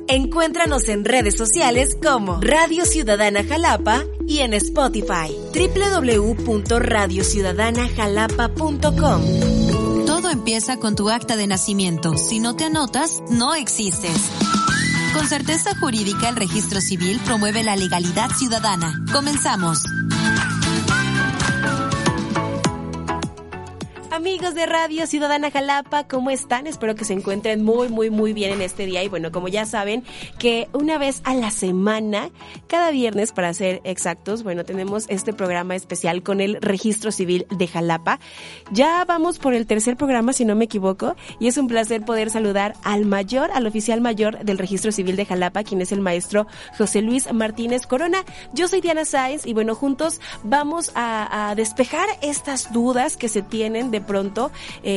Encuéntranos en redes sociales como Radio Ciudadana Jalapa y en Spotify, www.radiociudadanajalapa.com. Todo empieza con tu acta de nacimiento. Si no te anotas, no existes. Con certeza jurídica, el Registro Civil promueve la legalidad ciudadana. Comenzamos. Amigos de Radio Ciudadana Jalapa, ¿cómo están? Espero que se encuentren muy bien en este día. Y bueno, como ya saben, que una vez a la semana, cada viernes para ser exactos, bueno, tenemos este programa especial con el Registro Civil de Jalapa. Ya vamos por el tercer programa, si no me equivoco, y es un placer poder saludar al oficial mayor del Registro Civil de Jalapa, quien es el maestro José Luis Martínez Corona. Yo soy Diana Sáenz y bueno, juntos vamos a despejar estas dudas que se tienen de pronto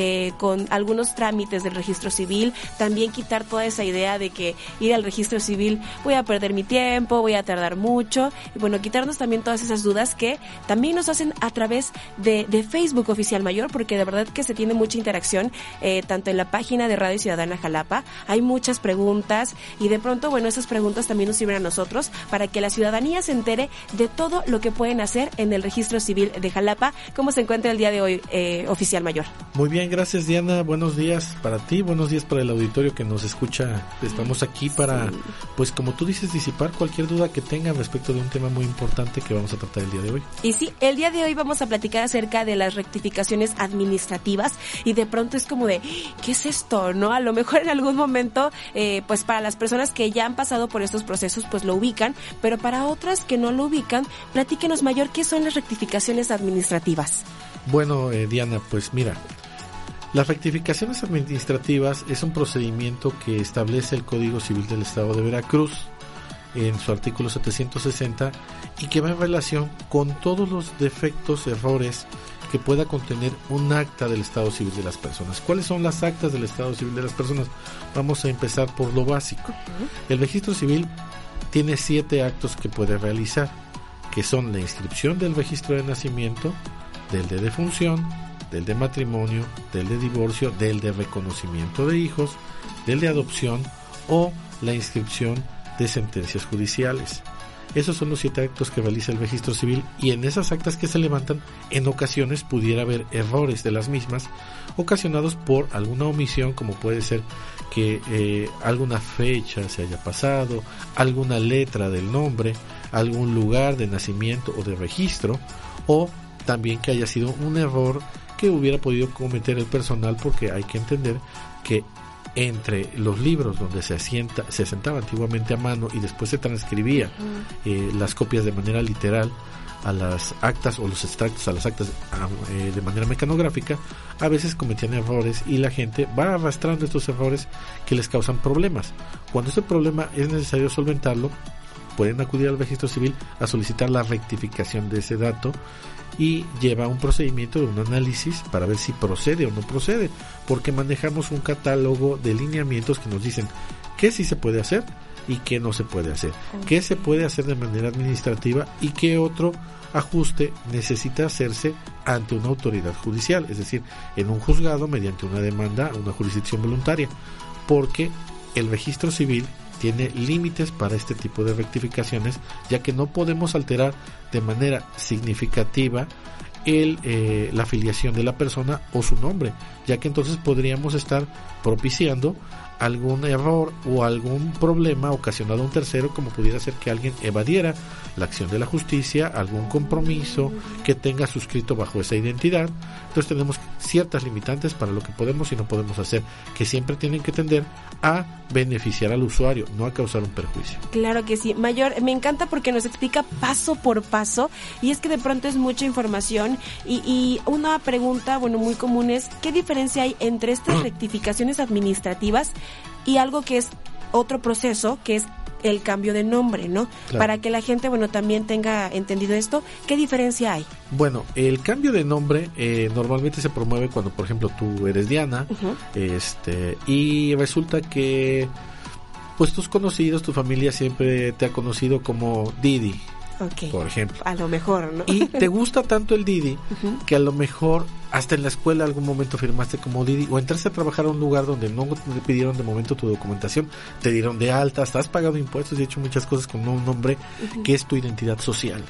con algunos trámites del registro civil, también quitar toda esa idea de que ir al registro civil voy a perder mi tiempo, voy a tardar mucho, y bueno, quitarnos también todas esas dudas que también nos hacen a través de Facebook Oficial Mayor, porque de verdad que se tiene mucha interacción, tanto en la página de Radio Ciudadana Jalapa, hay muchas preguntas y de pronto, bueno, esas preguntas también nos sirven a nosotros para que la ciudadanía se entere de todo lo que pueden hacer en el registro civil de Jalapa. ¿Cómo se encuentra el día de hoy, oficial mayor? Muy bien, gracias Diana, buenos días para ti, buenos días para el auditorio que nos escucha. Estamos aquí para, pues como tú dices, disipar cualquier duda que tengan respecto de un tema muy importante que vamos a tratar el día de hoy. Y sí, el día de hoy vamos a platicar acerca de las rectificaciones administrativas y de pronto es como de, ¿qué es esto? ¿No? A lo mejor en algún momento, pues para las personas que ya han pasado por estos procesos, pues lo ubican, pero para otras que no lo ubican, platíquenos mayor, ¿qué son las rectificaciones administrativas? Bueno, Diana, pues mira, las rectificaciones administrativas es un procedimiento que establece el Código Civil del Estado de Veracruz en su artículo 760 y que va en relación con todos los defectos, errores que pueda contener un acta del Estado Civil de las personas. ¿Cuáles son las actas del Estado Civil de las personas? Vamos a empezar por lo básico. El registro civil tiene 7 actos que puede realizar, que son la inscripción del registro de nacimiento, del de defunción, del de matrimonio, del de divorcio, del de reconocimiento de hijos, del de adopción o la inscripción de sentencias judiciales. Esos son los 7 actos que realiza el registro civil y en esas actas que se levantan, en ocasiones pudiera haber errores de las mismas ocasionados por alguna omisión, como puede ser que alguna fecha se haya pasado, alguna letra del nombre, algún lugar de nacimiento o de registro, o también que haya sido un error que hubiera podido cometer el personal, porque hay que entender que entre los libros donde se asentaba antiguamente a mano y después se transcribía las copias de manera literal a las actas o los extractos a las actas de manera mecanográfica, a veces cometían errores y la gente va arrastrando estos errores que les causan problemas. Cuando este problema es necesario solventarlo, pueden acudir al registro civil a solicitar la rectificación de ese dato y lleva un procedimiento de un análisis para ver si procede o no procede, porque manejamos un catálogo de lineamientos que nos dicen qué sí se puede hacer y qué no se puede hacer, qué se puede hacer de manera administrativa y qué otro ajuste necesita hacerse ante una autoridad judicial, es decir, en un juzgado mediante una demanda, una jurisdicción voluntaria, porque el registro civil tiene límites para este tipo de rectificaciones, ya que no podemos alterar de manera significativa la afiliación de la persona o su nombre, ya que entonces podríamos estar propiciando algún error o algún problema ocasionado a un tercero, como pudiera ser que alguien evadiera la acción de la justicia, algún compromiso que tenga suscrito bajo esa identidad. Entonces tenemos ciertas limitantes para lo que podemos y no podemos hacer, que siempre tienen que tender a beneficiar al usuario, no a causar un perjuicio. Claro que sí, Mayor, me encanta porque nos explica paso por paso, y es que de pronto es mucha información y una pregunta, bueno, muy común es, ¿qué diferencia hay entre estas rectificaciones administrativas y algo que es otro proceso, que es el cambio de nombre, ¿no? Claro. Para que la gente, bueno, también tenga entendido esto, ¿qué diferencia hay? Bueno, el cambio de nombre normalmente se promueve cuando, por ejemplo, tú eres Diana, y resulta que pues tus conocidos, tu familia siempre te ha conocido como Didi. Okay. Por ejemplo. A lo mejor, ¿no? Y te gusta tanto el Didi que a lo mejor hasta en la escuela algún momento firmaste como Didi, o entraste a trabajar a un lugar donde no te pidieron de momento tu documentación, te dieron de alta, hasta has pagado impuestos y hecho muchas cosas con un nombre que es tu identidad social.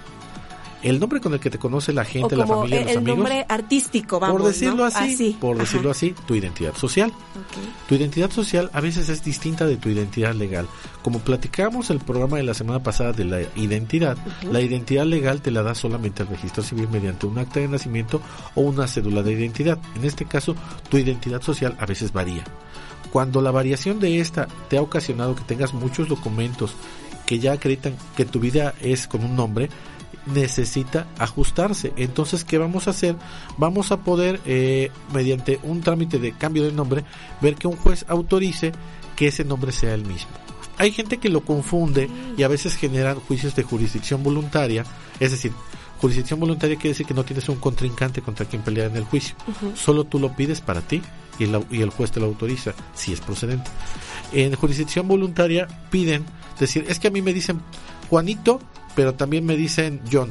El nombre con el que te conoce la gente, la familia, los amigos. El nombre artístico, vamos, por decirlo, ¿no? así, por decirlo Ajá. así, tu identidad social. Okay. Tu identidad social a veces es distinta de tu identidad legal. Como platicamos el programa de la semana pasada de la identidad, la identidad legal te la da solamente el registro civil mediante un acta de nacimiento o una cédula de identidad. En este caso, tu identidad social a veces varía. Cuando la variación de esta te ha ocasionado que tengas muchos documentos que ya acreditan que tu vida es con un nombre, necesita ajustarse. Entonces, ¿qué vamos a hacer? Vamos a poder, mediante un trámite de cambio de nombre, ver que un juez autorice que ese nombre sea el mismo. Hay gente que lo confunde y a veces generan juicios de jurisdicción voluntaria, es decir, jurisdicción voluntaria quiere decir que no tienes un contrincante contra quien pelear en el juicio. Solo tú lo pides para ti y el juez te lo autoriza, si es procedente. En jurisdicción voluntaria piden decir, es que a mí me dicen Juanito, pero también me dicen Johnny,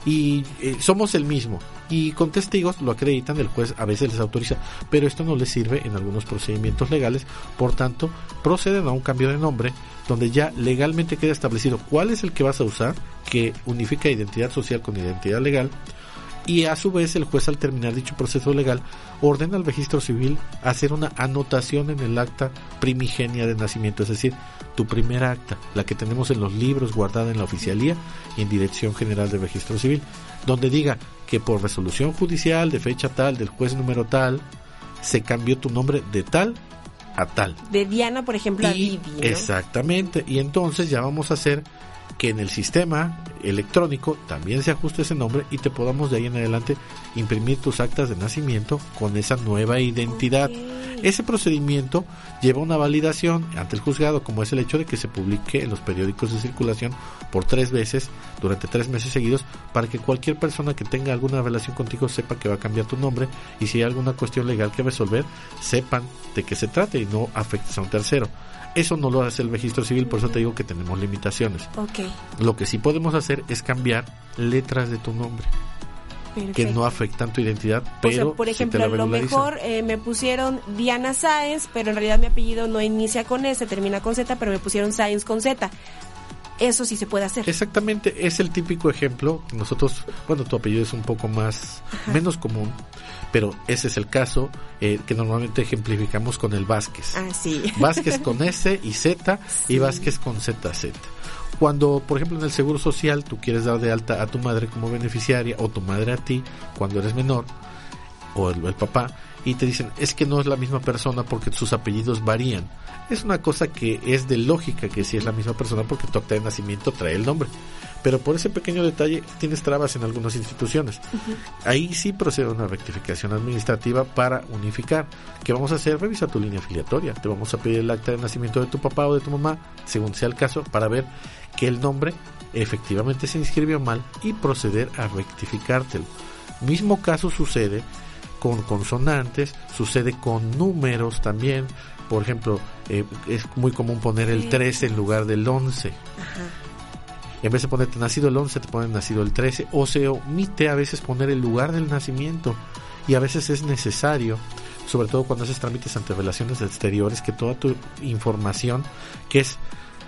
y somos el mismo, y con testigos lo acreditan, el juez a veces les autoriza, pero esto no les sirve en algunos procedimientos legales, por tanto proceden a un cambio de nombre donde ya legalmente queda establecido cuál es el que vas a usar, que unifica identidad social con identidad legal, y a su vez el juez, al terminar dicho proceso legal, ordena al registro civil hacer una anotación en el acta primigenia de nacimiento, es decir, tu primera acta, la que tenemos en los libros guardada en la oficialía y en Dirección General de Registro Civil, donde diga que por resolución judicial de fecha tal, del juez número tal, se cambió tu nombre de tal a tal. De Diana, por ejemplo, a Vivi, ¿no? Exactamente, y entonces ya vamos a hacer que en el sistema electrónico también se ajuste ese nombre y te podamos de ahí en adelante imprimir tus actas de nacimiento con esa nueva identidad. Ese procedimiento lleva una validación ante el juzgado, como es el hecho de que se publique en los periódicos de circulación por 3 veces durante 3 meses seguidos, para que cualquier persona que tenga alguna relación contigo sepa que va a cambiar tu nombre, y si hay alguna cuestión legal que resolver, sepan de qué se trata y no afectes a un tercero. Eso no lo hace el registro civil, por eso te digo que tenemos limitaciones. Lo que sí podemos hacer es cambiar letras de tu nombre. Perfecto. Que no afectan tu identidad, pero o sea, por ejemplo, a lo mejor me pusieron Diana Sáenz, pero en realidad mi apellido no inicia con S, termina con Z, pero me pusieron Sáenz con Z. Eso sí se puede hacer. Exactamente, es el típico ejemplo. Nosotros, bueno, tu apellido es un poco menos común, pero ese es el caso que normalmente ejemplificamos con el Vázquez. Ah, sí. Vázquez con S y Z, sí. Y Vázquez con ZZ. Cuando, por ejemplo, en el Seguro Social tú quieres dar de alta a tu madre como beneficiaria, o tu madre a ti cuando eres menor, o el papá, y te dicen, es que no es la misma persona porque sus apellidos varían. Es una cosa que es de lógica que sí es la misma persona, porque tu acta de nacimiento trae el nombre. Pero por ese pequeño detalle tienes trabas en algunas instituciones. Ahí sí procede una rectificación administrativa para unificar. ¿Qué vamos a hacer? Revisa tu línea afiliatoria. Te vamos a pedir el acta de nacimiento de tu papá o de tu mamá, según sea el caso, para ver que el nombre efectivamente se inscribió mal y proceder a rectificártelo. Mismo caso sucede con consonantes, sucede con números también. Por ejemplo, es muy común poner el 13 en lugar del 11. Ajá. En vez de ponerte nacido el 11, te ponen nacido el 13, o se omite a veces poner el lugar del nacimiento, y a veces es necesario, sobre todo cuando haces trámites ante relaciones exteriores, que toda tu información, que es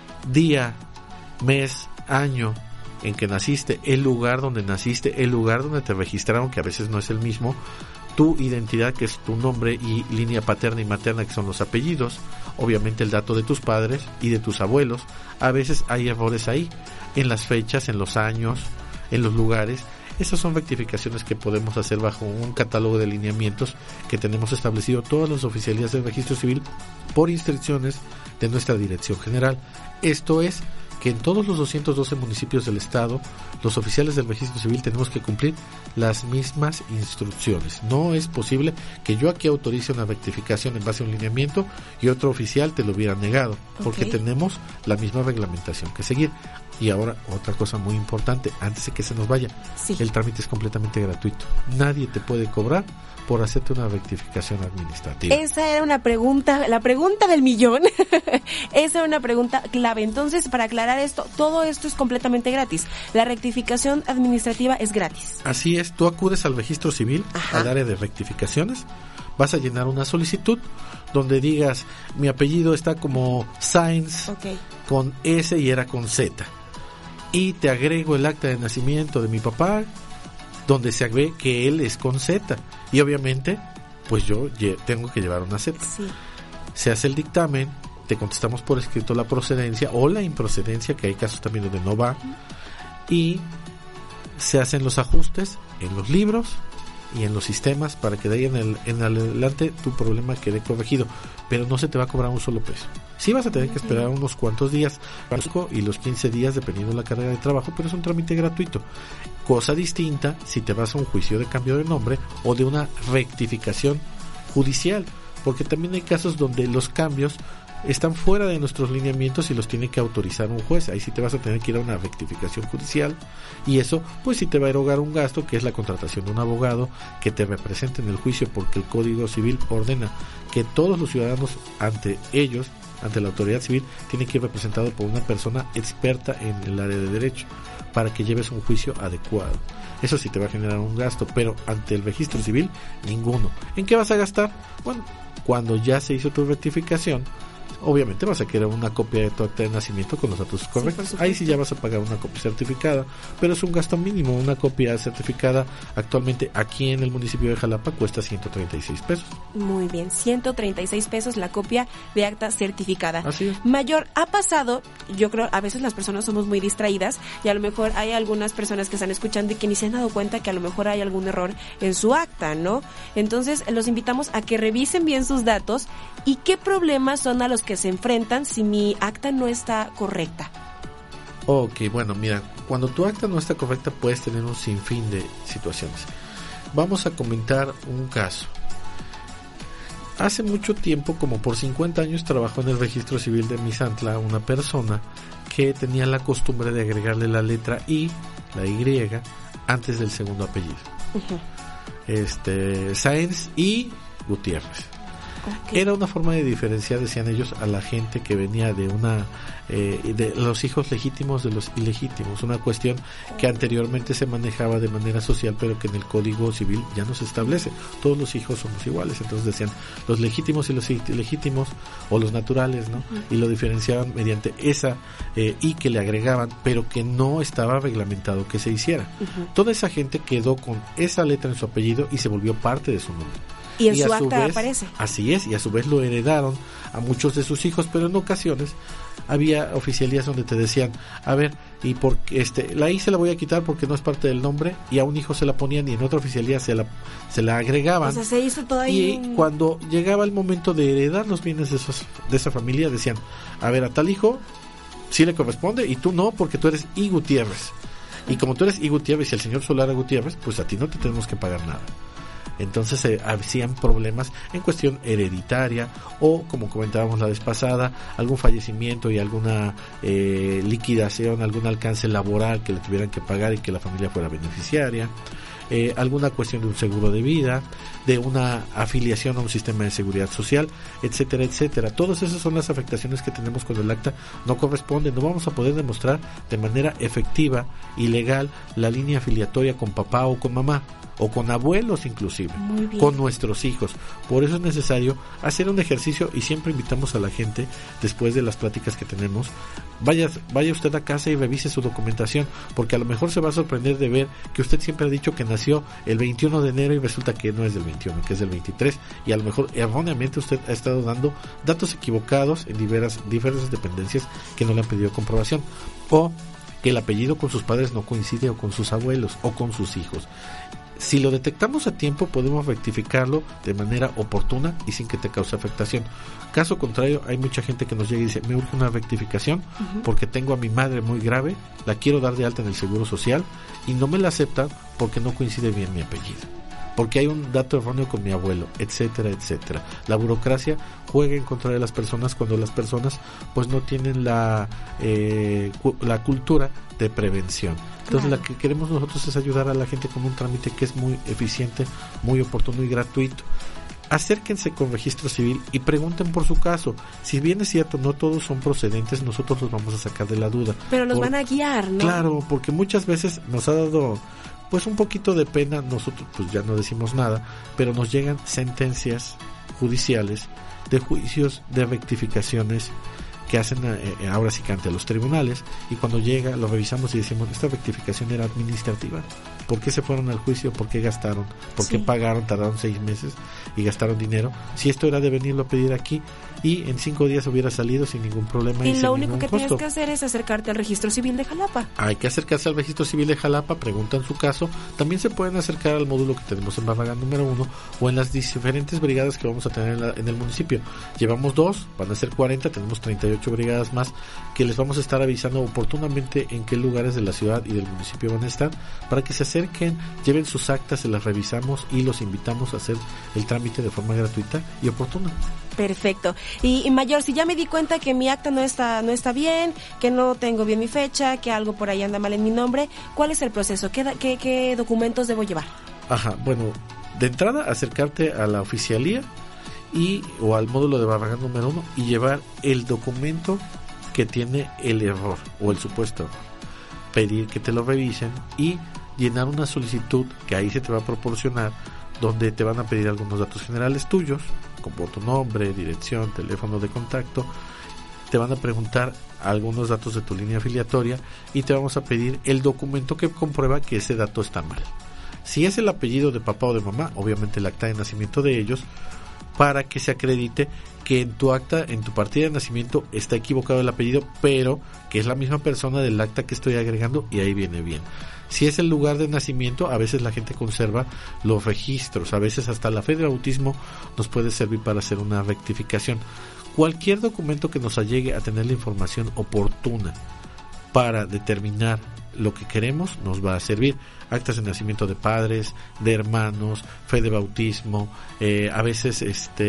día, mes, año en que naciste, el lugar donde naciste, el lugar donde te registraron, que a veces no es el mismo, tu identidad, que es tu nombre, y línea paterna y materna, que son los apellidos, obviamente el dato de tus padres y de tus abuelos. A veces hay errores ahí, en las fechas, en los años, en los lugares. Esas son rectificaciones que podemos hacer bajo un catálogo de lineamientos que tenemos establecido todas las oficialías del registro civil por instrucciones de nuestra Dirección General. Esto es que en todos los 212 municipios del estado, los oficiales del registro civil tenemos que cumplir las mismas instrucciones. No es posible que yo aquí autorice una rectificación en base a un lineamiento y otro oficial te lo hubiera negado, porque tenemos la misma reglamentación que seguir. Y ahora, otra cosa muy importante, antes de que se nos vaya, el trámite es completamente gratuito. Nadie te puede cobrar por hacerte una rectificación administrativa. Esa era una pregunta, la pregunta del millón. Esa era una pregunta clave. Entonces, para aclarar aclarar esto, todo esto es completamente gratis. La rectificación administrativa es gratis. Así es, tú acudes al registro civil, Ajá. al área de rectificaciones, vas a llenar una solicitud donde digas, mi apellido está como Sáenz, Okay. con S y era con Z. Y te agrego el acta de nacimiento de mi papá, donde se ve que él es con Z. Y obviamente, pues yo tengo que llevar una Z. Sí. Se hace el dictamen, te contestamos por escrito la procedencia o la improcedencia, que hay casos también donde no va, y se hacen los ajustes en los libros y en los sistemas para que de ahí en adelante tu problema quede corregido, pero no se te va a cobrar un solo peso. Sí vas a tener que esperar unos cuantos días y los 15 días dependiendo de la carga de trabajo, pero es un trámite gratuito. Cosa distinta si te vas a un juicio de cambio de nombre o de una rectificación judicial, porque también hay casos donde los cambios están fuera de nuestros lineamientos y los tiene que autorizar un juez. Ahí sí te vas a tener que ir a una rectificación judicial, y eso pues sí te va a erogar un gasto, que es la contratación de un abogado que te represente en el juicio, porque el Código Civil ordena que todos los ciudadanos ante la autoridad civil, tienen que ir representado por una persona experta en el área de derecho para que lleves un juicio adecuado. Eso sí te va a generar un gasto, pero ante el registro civil, ninguno. ¿En qué vas a gastar? Bueno, cuando ya se hizo tu rectificación, obviamente vas a querer una copia de tu acta de nacimiento con los datos correctos. Sí, ahí sí ya vas a pagar una copia certificada, pero es un gasto mínimo. Una copia certificada actualmente aquí en el municipio de Jalapa cuesta 136 pesos. Muy bien, 136 pesos la copia de acta certificada. Así es. Mayor, ha pasado, yo creo, a veces las personas somos muy distraídas y a lo mejor hay algunas personas que están escuchando y que ni se han dado cuenta que a lo mejor hay algún error en su acta, ¿no? Entonces, los invitamos a que revisen bien sus datos y qué problemas son a los que se enfrentan si mi acta no está correcta. Ok, bueno, mira, cuando tu acta no está correcta puedes tener un sinfín de situaciones. Vamos a comentar un caso. Hace mucho tiempo, como por 50 años, trabajó en el registro civil de Misantla una persona que tenía la costumbre de agregarle la letra I, la Y, antes del segundo apellido. Uh-huh. Sáenz y Gutiérrez. Okay. Era una forma de diferenciar, decían ellos, a la gente que venía de de los hijos legítimos de los ilegítimos, una cuestión que anteriormente se manejaba de manera social, pero que en el Código Civil ya no se establece. Todos los hijos somos iguales, entonces decían los legítimos y los ilegítimos, o los naturales, ¿no? Uh-huh. Y lo diferenciaban mediante esa y que le agregaban, pero que no estaba reglamentado que se hiciera. Uh-huh. Toda esa gente quedó con esa letra en su apellido y se volvió parte de su nombre. Y en su acta aparece. Así es, y a su vez lo heredaron a muchos de sus hijos, pero en ocasiones había oficialías donde te decían, a ver, y porque la I se la voy a quitar porque no es parte del nombre, y a un hijo se la ponían y en otra oficialía se la agregaban. O sea, se hizo todo ahí. Y cuando llegaba el momento de heredar los bienes de esa familia, decían, a ver, a tal hijo sí le corresponde y tú no, porque tú eres I. Gutiérrez. Y como tú eres I. Gutiérrez y el señor Solara Gutiérrez, pues a ti no te tenemos que pagar nada. Entonces se hacían problemas en cuestión hereditaria, o como comentábamos la vez pasada, algún fallecimiento y alguna liquidación, algún alcance laboral que le tuvieran que pagar y que la familia fuera beneficiaria, alguna cuestión de un seguro de vida, de una afiliación a un sistema de seguridad social, etcétera, etcétera. Todas esas son las afectaciones que tenemos cuando el acta no corresponde. No vamos a poder demostrar de manera efectiva y legal la línea afiliatoria con papá o con mamá, o con abuelos inclusive, con nuestros hijos. Por eso es necesario hacer un ejercicio, y siempre invitamos a la gente, después de las pláticas que tenemos, vaya usted a casa y revise su documentación, porque a lo mejor se va a sorprender de ver que usted siempre ha dicho que nació el 21 de enero y resulta que no es del 21, que es del 23, y a lo mejor erróneamente usted ha estado dando datos equivocados en diversas dependencias que no le han pedido comprobación, o que el apellido con sus padres no coincide, o con sus abuelos, o con sus hijos. Si lo detectamos a tiempo, podemos rectificarlo de manera oportuna y sin que te cause afectación. Caso contrario, hay mucha gente que nos llega y dice, me urge una rectificación porque tengo a mi madre muy grave, la quiero dar de alta en el Seguro Social y no me la aceptan porque no coincide bien mi apellido, porque hay un dato erróneo con mi abuelo, etcétera, etcétera. La burocracia juega en contra de las personas cuando las personas pues no tienen la cultura de prevención. Entonces Lo que queremos nosotros es ayudar a la gente con un trámite que es muy eficiente, muy oportuno y gratuito. acérquense con registro civil y pregunten por su caso. Si bien es cierto, no todos son procedentes, nosotros los vamos a sacar de la duda. Pero nos van a guiar, ¿no? Claro, porque muchas veces nos ha dado pues un poquito de pena, nosotros pues ya no decimos nada, pero nos llegan sentencias judiciales de juicios de rectificaciones que hacen ahora sí que ante los tribunales, y cuando llega lo revisamos y decimos, esta rectificación era administrativa. ¿Por qué se fueron al juicio? ¿Por qué gastaron? ¿Por qué pagaron? Tardaron 6 meses y gastaron dinero. Si esto era de venirlo a pedir aquí y en 5 días hubiera salido sin ningún problema. Y lo único que tienes que hacer es acercarte al registro civil de Jalapa. Hay que acercarse al registro civil de Jalapa, preguntan su caso. También se pueden acercar al módulo que tenemos en Barragán número 1 o en las diferentes brigadas que vamos a tener en el municipio. Llevamos 2, van a ser 40, tenemos 38 brigadas más que les vamos a estar avisando oportunamente en qué lugares de la ciudad y del municipio van a estar, para que se acerquen, lleven sus actas, se las revisamos y los invitamos a hacer el trámite de forma gratuita y oportuna. Perfecto. Y mayor, si ya me di cuenta que mi acta no está bien, que no tengo bien mi fecha, que algo por ahí anda mal en mi nombre, ¿cuál es el proceso? ¿Qué documentos debo llevar? Ajá, bueno, de entrada acercarte a la oficialía o al módulo de Barragán número 1 y llevar el documento que tiene el error o el supuesto error. Pedir que te lo revisen y llenar una solicitud que ahí se te va a proporcionar, donde te van a pedir algunos datos generales tuyos, como tu nombre, dirección, teléfono de contacto. Te van a preguntar algunos datos de tu línea afiliatoria y te vamos a pedir el documento que comprueba que ese dato está mal. Si es el apellido de papá o de mamá, obviamente el acta de nacimiento de ellos, para que se acredite que en tu acta, en tu partida de nacimiento está equivocado el apellido, pero que es la misma persona del acta que estoy agregando y ahí viene bien. Si es el lugar de nacimiento, a veces la gente conserva los registros, a veces hasta la fe de bautismo nos puede servir para hacer una rectificación. Cualquier documento que nos allegue a tener la información oportuna para determinar lo que queremos nos va a servir. Actas de nacimiento de padres, de hermanos, fe de bautismo, a veces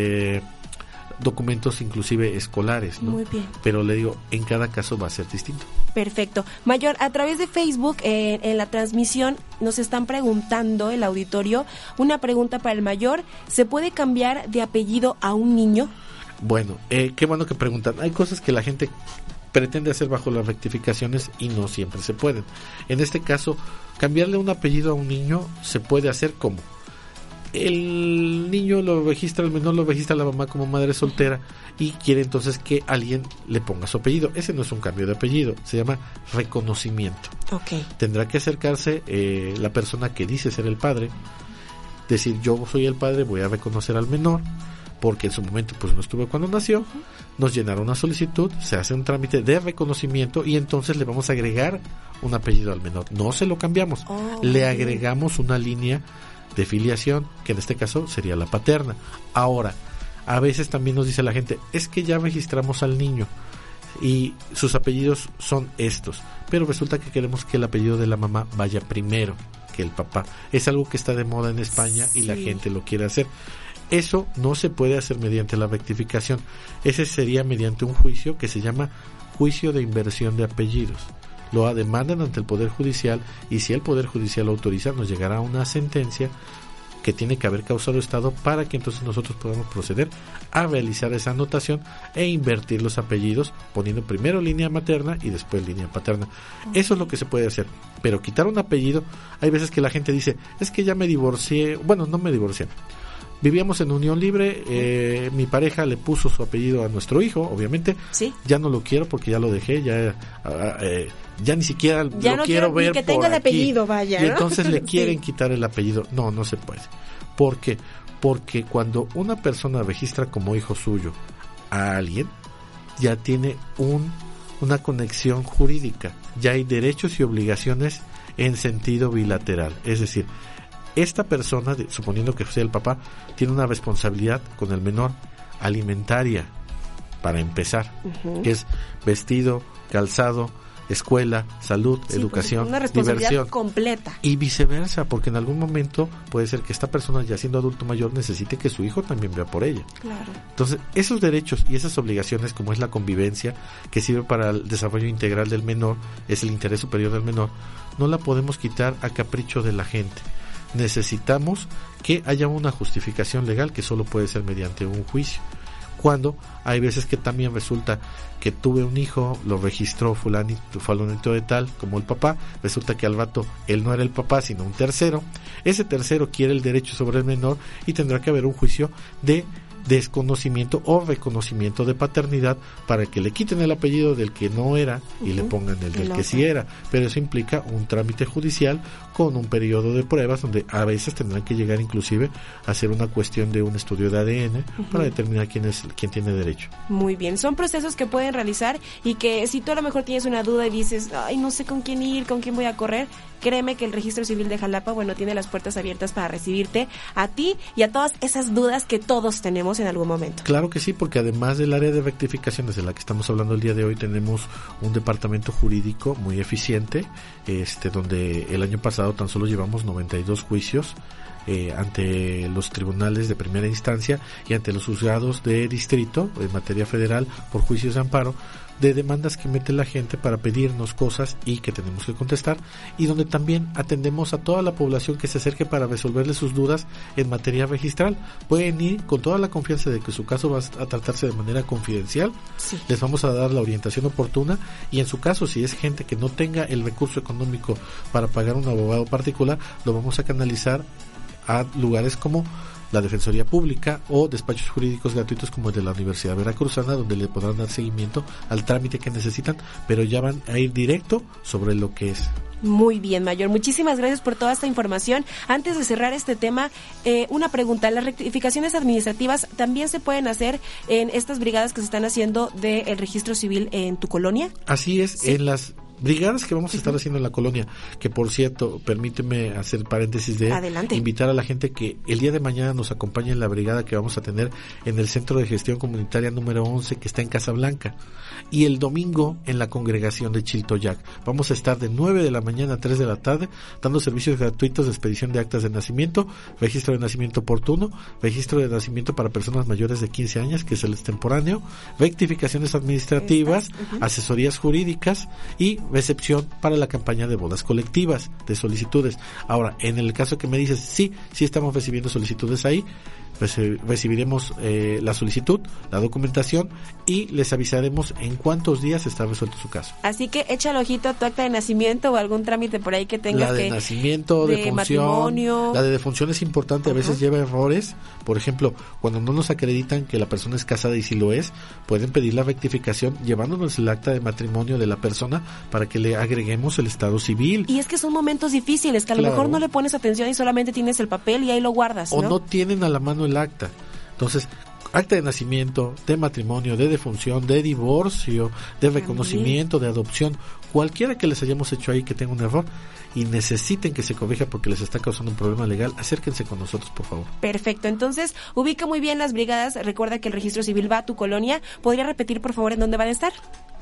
documentos inclusive escolares, ¿no? Muy bien. Pero le digo, en cada caso va a ser distinto. Perfecto. Mayor, a través de Facebook, en la transmisión, nos están preguntando el auditorio, una pregunta para el mayor, ¿se puede cambiar de apellido a un niño? Bueno, qué bueno que preguntan. Hay cosas que la gente pretende hacer bajo las rectificaciones y no siempre se pueden. En este caso, cambiarle un apellido a un niño se puede hacer como el niño lo registra, el menor lo registra la mamá como madre soltera y quiere entonces que alguien le ponga su apellido. Ese no es un cambio de apellido, se llama reconocimiento. Okay. Tendrá que acercarse la persona que dice ser el padre, decir yo soy el padre, voy a reconocer al menor, porque en su momento pues no estuvo cuando nació, nos llenaron una solicitud, se hace un trámite de reconocimiento y entonces le vamos a agregar un apellido al menor. No se lo cambiamos, le agregamos una línea de filiación, que en este caso sería la paterna. Ahora, a veces también nos dice la gente, es que ya registramos al niño y sus apellidos son estos, pero resulta que queremos que el apellido de la mamá vaya primero que el papá. Es algo que está de moda en España y la gente lo quiere hacer. Eso no se puede hacer mediante la rectificación. Ese sería mediante un juicio que se llama juicio de inversión de apellidos. Lo demandan ante el Poder Judicial y si el Poder Judicial lo autoriza, nos llegará una sentencia que tiene que haber causado estado para que entonces nosotros podamos proceder a realizar esa anotación e invertir los apellidos poniendo primero línea materna y después línea paterna. Eso es lo que se puede hacer. Pero quitar un apellido, hay veces que la gente dice, es que ya me divorcié. Bueno, no me divorcié. Vivíamos en unión libre, mi pareja le puso su apellido a nuestro hijo, obviamente. ¿Sí? Ya no lo quiero porque ya lo dejé, ya ni siquiera ya lo quiero ver ni que tenga el apellido, vaya, ¿no? Y entonces le quieren quitar el apellido. No, no se puede. ¿Por qué? Porque cuando una persona registra como hijo suyo a alguien, ya tiene una conexión jurídica, ya hay derechos y obligaciones en sentido bilateral, es decir, esta persona, suponiendo que sea el papá, tiene una responsabilidad con el menor alimentaria, para empezar, que es vestido, calzado, escuela, salud, educación, una responsabilidad diversión completa. Y viceversa, porque en algún momento puede ser que esta persona, ya siendo adulto mayor, necesite que su hijo también vea por ella. Claro. Entonces, esos derechos y esas obligaciones, como es la convivencia, que sirve para el desarrollo integral del menor, es el interés superior del menor, no la podemos quitar a capricho de la gente. necesitamos que haya una justificación legal que solo puede ser mediante un juicio. Cuando hay veces que también resulta que tuve un hijo, lo registró fulanito de tal como el papá, resulta que al vato él no era el papá sino un tercero, ese tercero quiere el derecho sobre el menor y tendrá que haber un juicio de desconocimiento o reconocimiento de paternidad para que le quiten el apellido del que no era y le pongan el del que sí era, pero eso implica un trámite judicial con un periodo de pruebas donde a veces tendrán que llegar inclusive a hacer una cuestión de un estudio de ADN para determinar quién tiene derecho. Muy bien, son procesos que pueden realizar y que si tú a lo mejor tienes una duda y dices, ay, no sé con quién ir, con quién voy a correr, créeme que el Registro Civil de Jalapa, bueno, tiene las puertas abiertas para recibirte a ti y a todas esas dudas que todos tenemos en algún momento. Claro que sí, porque además del área de rectificaciones de la que estamos hablando el día de hoy, tenemos un departamento jurídico muy eficiente, donde el año pasado tan solo llevamos 92 juicios ante los tribunales de primera instancia y ante los juzgados de distrito en materia federal por juicios de amparo, de demandas que mete la gente para pedirnos cosas y que tenemos que contestar, y donde también atendemos a toda la población que se acerque para resolverle sus dudas en materia registral. Pueden ir con toda la confianza de que su caso va a tratarse de manera confidencial, sí. Les vamos a dar la orientación oportuna, y en su caso, si es gente que no tenga el recurso económico para pagar un abogado particular, lo vamos a canalizar a lugares como la Defensoría Pública o despachos jurídicos gratuitos como el de la Universidad Veracruzana, donde le podrán dar seguimiento al trámite que necesitan, pero ya van a ir directo sobre lo que es. Muy bien, Mayor. Muchísimas gracias por toda esta información. Antes de cerrar este tema, una pregunta. ¿Las rectificaciones administrativas también se pueden hacer en estas brigadas que se están haciendo del registro civil en tu colonia? Así es, sí. En las brigadas que vamos a estar Uh-huh. haciendo en la colonia, que por cierto, permíteme hacer paréntesis de Adelante. Invitar a la gente que el día de mañana nos acompañe en la brigada que vamos a tener en el Centro de Gestión Comunitaria número 11, que está en Casablanca, y el domingo en la congregación de Chiltoyac. Vamos a estar de 9 de la mañana a 3 de la tarde dando servicios gratuitos de expedición de actas de nacimiento, registro de nacimiento oportuno, registro de nacimiento para personas mayores de 15 años, que es el extemporáneo, rectificaciones administrativas, Uh-huh. asesorías jurídicas y recepción para la campaña de bodas colectivas, de solicitudes. Ahora, en el caso que me dices, sí estamos recibiendo solicitudes ahí, recibiremos la solicitud, la documentación, y les avisaremos en cuántos días está resuelto su caso. Así que echa el ojito a tu acta de nacimiento o algún trámite por ahí que tengas. La de nacimiento, de defunción, matrimonio. La de defunción es importante, a veces lleva errores. Por ejemplo, cuando no nos acreditan que la persona es casada y si lo es, pueden pedir la rectificación llevándonos el acta de matrimonio de la persona para que le agreguemos el estado civil. Y es que son momentos difíciles, que a lo Claro. mejor no le pones atención y solamente tienes el papel y ahí lo guardas, ¿no? O no tienen a la mano el acta. Entonces, acta de nacimiento, de matrimonio, de defunción, de divorcio, de reconocimiento, de adopción, cualquiera que les hayamos hecho ahí que tenga un error y necesiten que se corrija porque les está causando un problema legal, acérquense con nosotros, por favor. Perfecto, entonces ubica muy bien las brigadas. Recuerda que el registro civil va a tu colonia. ¿Podría repetir, por favor, en dónde van a estar?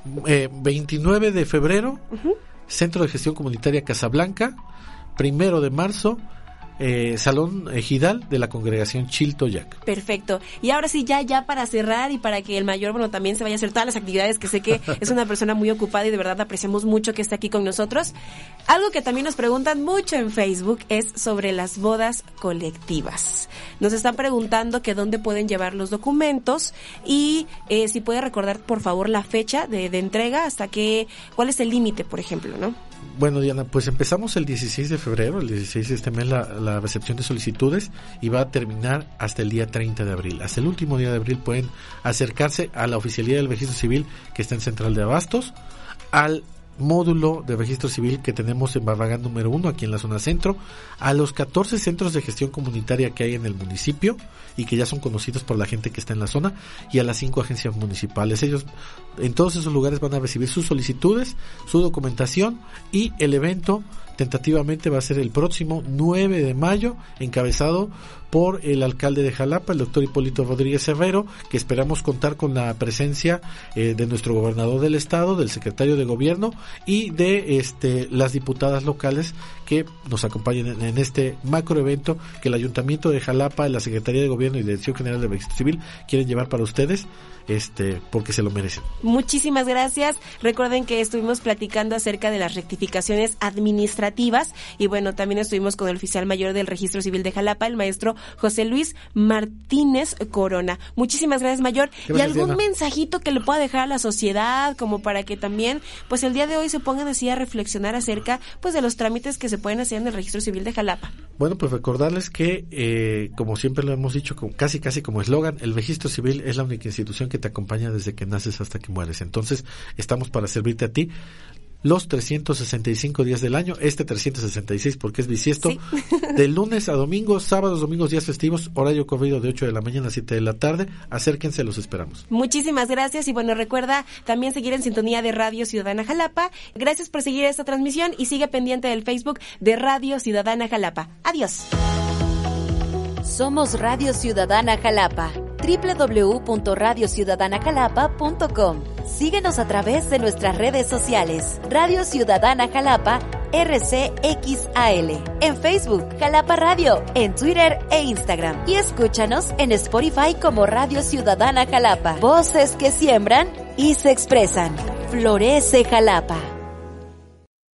29 de febrero, Uh-huh. Centro de Gestión Comunitaria Casablanca. 1 de marzo, Salón Ejidal de la Congregación Chiltoyac. Perfecto. Y ahora sí, ya para cerrar y para que el Mayor, bueno, también se vaya a hacer todas las actividades, que sé que es una persona muy ocupada y de verdad apreciamos mucho que esté aquí con nosotros. Algo que también nos preguntan mucho en Facebook es sobre las bodas colectivas. Nos están preguntando que dónde pueden llevar los documentos y si puede recordar, por favor, la fecha de entrega, hasta que, cuál es el límite, por ejemplo, ¿no? Bueno, Diana, pues empezamos el 16 de febrero, el 16 de este mes, la recepción de solicitudes, y va a terminar hasta el día 30 de abril. Hasta el último día de abril pueden acercarse a la Oficialía del Registro Civil que está en Central de Abastos, al módulo de registro civil que tenemos en Barragán número 1, aquí en la zona centro, a los 14 centros de gestión comunitaria que hay en el municipio y que ya son conocidos por la gente que está en la zona, y a las 5 agencias municipales. Ellos en todos esos lugares van a recibir sus solicitudes, su documentación, y el evento tentativamente va a ser el próximo 9 de mayo, encabezado por el alcalde de Jalapa, el doctor Hipólito Rodríguez Herrero, que esperamos contar con la presencia de nuestro gobernador del estado, del secretario de gobierno y de las diputadas locales que nos acompañen en este macro evento que el ayuntamiento de Jalapa, la Secretaría de Gobierno y Dirección General de Registro Civil quieren llevar para ustedes porque se lo merecen. Muchísimas gracias. Recuerden que estuvimos platicando acerca de las rectificaciones administrativas y bueno, también estuvimos con el oficial mayor del Registro Civil de Jalapa, el maestro José Luis Martínez Corona. Muchísimas gracias, mayor. Gracias, ¿y algún Diana. mensajito que le pueda dejar a la sociedad como para que también pues el día de hoy se pongan así a reflexionar acerca pues de los trámites que se pueden hacer en el Registro Civil de Jalapa? Bueno, pues recordarles que, como siempre lo hemos dicho, casi como eslogan, el Registro Civil es la única institución que te acompaña desde que naces hasta que mueres. Entonces, estamos para servirte a ti los 365 días del año, 366 porque es bisiesto, sí. De lunes a domingo, sábados, domingos, días festivos, horario corrido de 8 de la mañana a 7 de la tarde. Acérquense, los esperamos. Muchísimas gracias y bueno, recuerda también seguir en sintonía de Radio Ciudadana Jalapa. Gracias por seguir esta transmisión y sigue pendiente del Facebook de Radio Ciudadana Jalapa. Adiós. Somos Radio Ciudadana Jalapa. www.radiociudadanajalapa.com. Síguenos a través de nuestras redes sociales. Radio Ciudadana Jalapa, RCXAL. En Facebook, Jalapa Radio. En Twitter e Instagram. Y escúchanos en Spotify como Radio Ciudadana Jalapa. Voces que siembran y se expresan. Florece Jalapa.